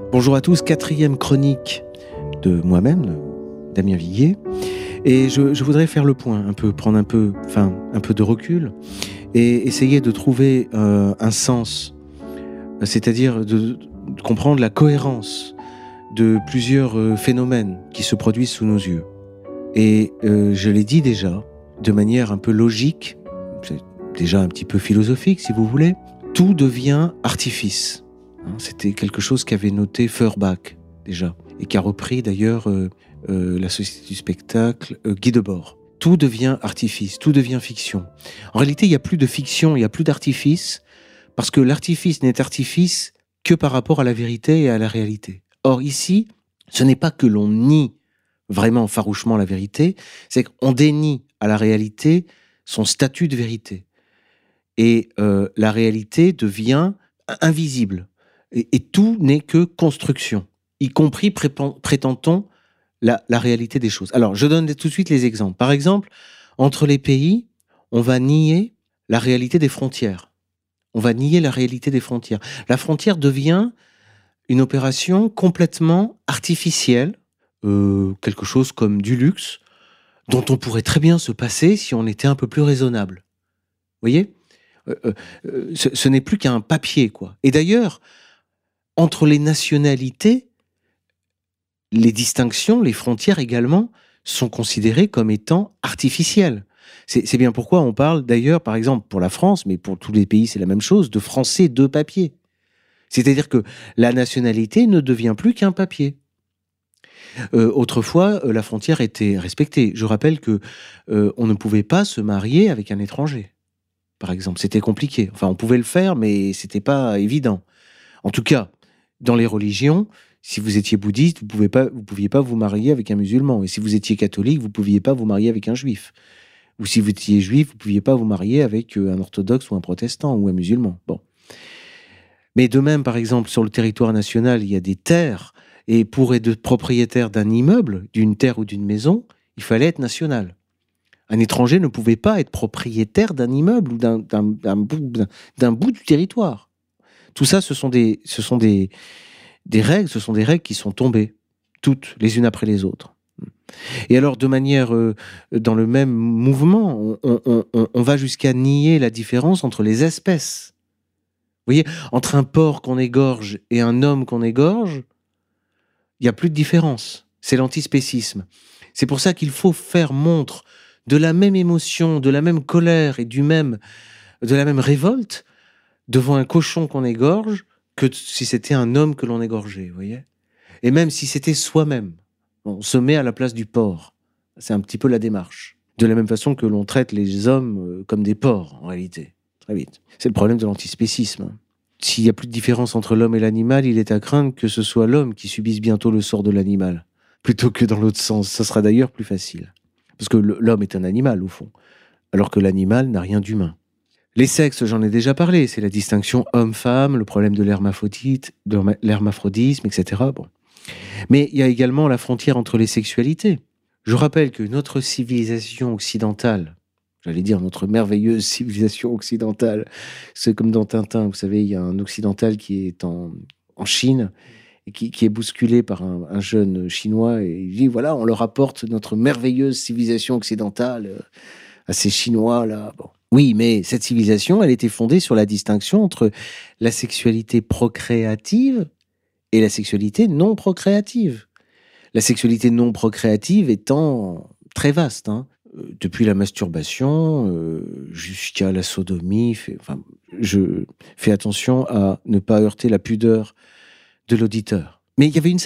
Bonjour à tous, 4e chronique de moi-même, Damien Viguier. Et je voudrais faire le point, prendre un peu de recul et essayer de trouver un sens, c'est-à-dire de comprendre la cohérence de plusieurs phénomènes qui se produisent sous nos yeux. Et je l'ai dit déjà, de manière un peu logique, c'est déjà un petit peu philosophique si vous voulez, tout devient artifice. C'était quelque chose qu'avait noté Feuerbach déjà, et qu'a repris d'ailleurs la Société du spectacle, Guy Debord. Tout devient artifice, tout devient fiction. En réalité, il n'y a plus de fiction, il n'y a plus d'artifice, parce que l'artifice n'est artifice que par rapport à la vérité et à la réalité. Or ici, ce n'est pas que l'on nie vraiment farouchement la vérité, c'est qu'on dénie à la réalité son statut de vérité. Et la réalité devient invisible. Et tout n'est que construction, y compris, prétend-on, la réalité des choses. Alors, je donne tout de suite les exemples. Par exemple, entre les pays, on va nier la réalité des frontières. On va nier la réalité des frontières. La frontière devient une opération complètement artificielle, quelque chose comme du luxe, dont on pourrait très bien se passer si on était un peu plus raisonnable. Vous voyez ? Ce n'est plus qu'un papier, quoi. Et d'ailleurs, entre les nationalités, les distinctions, les frontières également, sont considérées comme étant artificielles. C'est bien pourquoi on parle d'ailleurs, par exemple, pour la France, mais pour tous les pays c'est la même chose, de français de papier. C'est-à-dire que la nationalité ne devient plus qu'un papier. Autrefois, la frontière était respectée. Je rappelle que on ne pouvait pas se marier avec un étranger, par exemple. C'était compliqué. Enfin, on pouvait le faire, mais c'était pas évident. En tout cas, dans les religions, si vous étiez bouddhiste, vous pouviez pas vous marier avec un musulman. Et si vous étiez catholique, vous pouviez pas vous marier avec un juif. Ou si vous étiez juif, vous pouviez pas vous marier avec un orthodoxe ou un protestant ou un musulman. Bon. Mais de même, par exemple, sur le territoire national, il y a des terres. Et pour être propriétaire d'un immeuble, d'une terre ou d'une maison, il fallait être national. Un étranger ne pouvait pas être propriétaire d'un immeuble ou d'un bout du territoire. Tout ça, ce sont des règles, ce sont des règles qui sont tombées, toutes, les unes après les autres. Et alors, de manière, dans le même mouvement, on va jusqu'à nier la différence entre les espèces. Vous voyez, entre un porc qu'on égorge et un homme qu'on égorge, il n'y a plus de différence. C'est l'antispécisme. C'est pour ça qu'il faut faire montre de la même émotion, de la même colère et de la même révolte devant un cochon qu'on égorge que si c'était un homme que l'on égorgeait, vous voyez ? Et même si c'était soi-même, on se met à la place du porc. C'est un petit peu la démarche. De la même façon que l'on traite les hommes comme des porcs, en réalité. Très vite. C'est le problème de l'antispécisme. S'il n'y a plus de différence entre l'homme et l'animal, il est à craindre que ce soit l'homme qui subisse bientôt le sort de l'animal, plutôt que dans l'autre sens. Ça sera d'ailleurs plus facile. Parce que l'homme est un animal, au fond, alors que l'animal n'a rien d'humain. Les sexes, j'en ai déjà parlé, c'est la distinction homme-femme, le problème de l'hermaphrodisme, etc. Bon. Mais il y a également la frontière entre les sexualités. Je rappelle que notre civilisation occidentale, j'allais dire notre merveilleuse civilisation occidentale, c'est comme dans Tintin, vous savez, il y a un occidental qui est en Chine, et qui est bousculé par un jeune chinois, et il dit, voilà, on leur apporte notre merveilleuse civilisation occidentale à ces Chinois-là. Bon. Oui, mais cette civilisation, elle était fondée sur la distinction entre la sexualité procréative et la sexualité non procréative. La sexualité non procréative étant très vaste, depuis la masturbation jusqu'à la sodomie. Je fais attention à ne pas heurter la pudeur de l'auditeur. Mais il y avait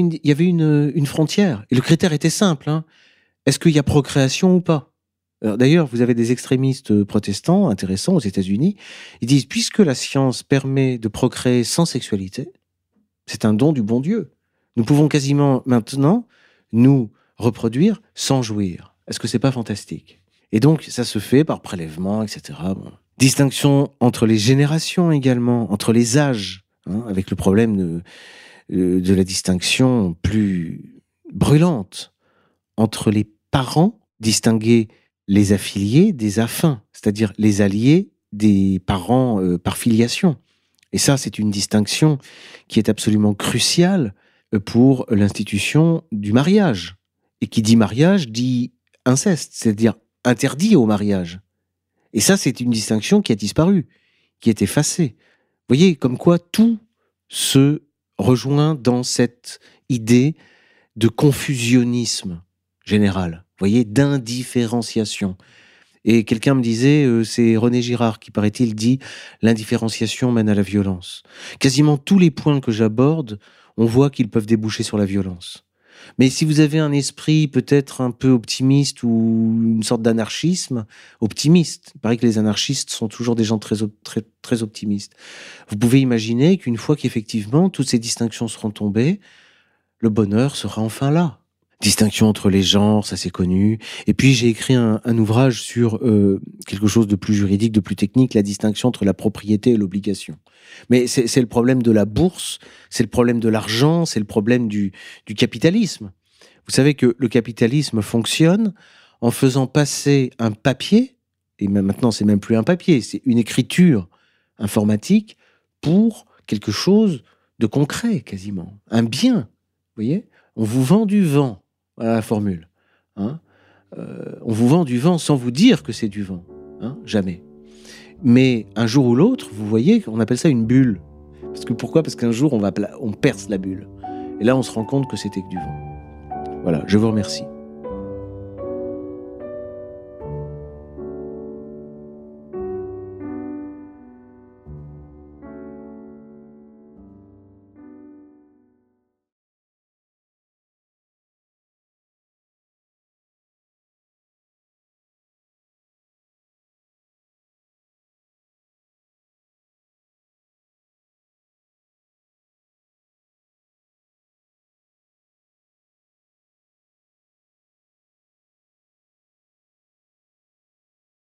une frontière, et le critère était simple. Est-ce qu'il y a procréation ou pas ? Alors, d'ailleurs, vous avez des extrémistes protestants intéressants aux États-Unis. Ils disent, puisque la science permet de procréer sans sexualité, c'est un don du bon Dieu. Nous pouvons quasiment maintenant nous reproduire sans jouir. Est-ce que c'est pas fantastique ? Et donc, ça se fait par prélèvement, etc. Bon. Distinction entre les générations également, entre les âges, avec le problème de la distinction plus brûlante entre les parents, distinguer les affiliés des affins, c'est-à-dire les alliés des parents par filiation. Et ça, c'est une distinction qui est absolument cruciale pour l'institution du mariage. Et qui dit mariage dit inceste, c'est-à-dire interdit au mariage. Et ça, c'est une distinction qui a disparu, qui est effacée. Vous voyez, comme quoi tout se rejoint dans cette idée de confusionnisme général, vous voyez, d'indifférenciation. Et quelqu'un me disait, c'est René Girard qui, paraît-il, dit « l'indifférenciation mène à la violence ». Quasiment tous les points que j'aborde, on voit qu'ils peuvent déboucher sur la violence. Mais si vous avez un esprit peut-être un peu optimiste ou une sorte d'anarchisme, optimiste, il paraît que les anarchistes sont toujours des gens très optimistes, vous pouvez imaginer qu'une fois qu'effectivement toutes ces distinctions seront tombées, le bonheur sera enfin là. Distinction entre les genres, ça c'est connu. Et puis j'ai écrit un ouvrage sur quelque chose de plus juridique, de plus technique, la distinction entre la propriété et l'obligation. Mais c'est le problème de la bourse, c'est le problème de l'argent, c'est le problème du capitalisme. Vous savez que le capitalisme fonctionne en faisant passer un papier, et même maintenant c'est même plus un papier, c'est une écriture informatique pour quelque chose de concret quasiment, un bien. Vous voyez ? On vous vend du vent. Voilà la formule. Hein, on vous vend du vent sans vous dire que c'est du vent. Hein, jamais. Mais un jour ou l'autre, vous voyez, on appelle ça une bulle. Pourquoi ? Parce qu'un jour, on perce la bulle. Et là, on se rend compte que c'était que du vent. Voilà, je vous remercie.